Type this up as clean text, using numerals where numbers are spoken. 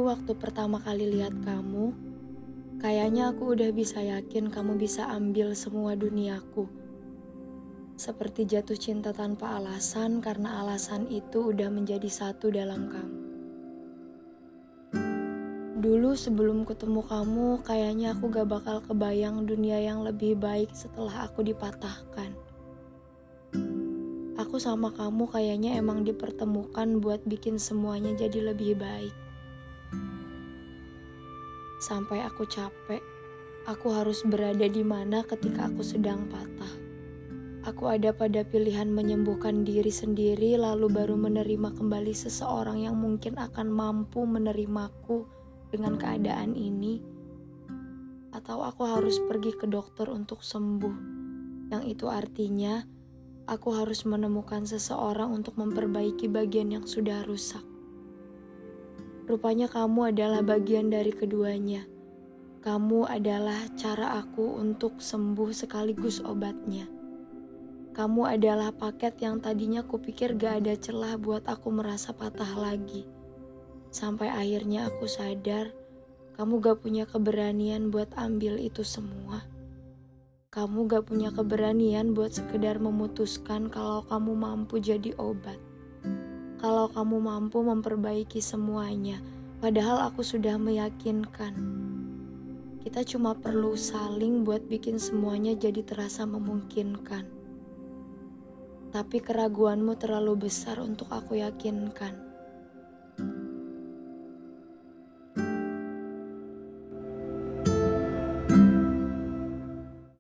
waktu pertama kali lihat kamu, kayaknya aku udah bisa yakin kamu bisa ambil semua duniaku. Seperti jatuh cinta tanpa alasan karena alasan itu udah menjadi satu dalam kamu. Dulu sebelum ketemu kamu, kayaknya aku gak bakal kebayang dunia yang lebih baik setelah aku dipatahkan. Aku sama kamu kayaknya emang dipertemukan buat bikin semuanya jadi lebih baik. Sampai aku capek, aku harus berada di mana ketika aku sedang patah. Aku ada pada pilihan menyembuhkan diri sendiri lalu baru menerima kembali seseorang yang mungkin akan mampu menerimaku dengan keadaan ini. Atau aku harus pergi ke dokter untuk sembuh. Yang itu artinya, aku harus menemukan seseorang untuk memperbaiki bagian yang sudah rusak. Rupanya kamu adalah bagian dari keduanya. Kamu adalah cara aku untuk sembuh sekaligus obatnya. Kamu adalah paket yang tadinya kupikir gak ada celah buat aku merasa patah lagi. Sampai akhirnya aku sadar, kamu gak punya keberanian buat ambil itu semua. Kamu gak punya keberanian buat sekedar memutuskan kalau kamu mampu jadi obat. Kalau kamu mampu memperbaiki semuanya, padahal aku sudah meyakinkan. Kita cuma perlu saling buat bikin semuanya jadi terasa memungkinkan. Tapi keraguanmu terlalu besar untuk aku yakinkan.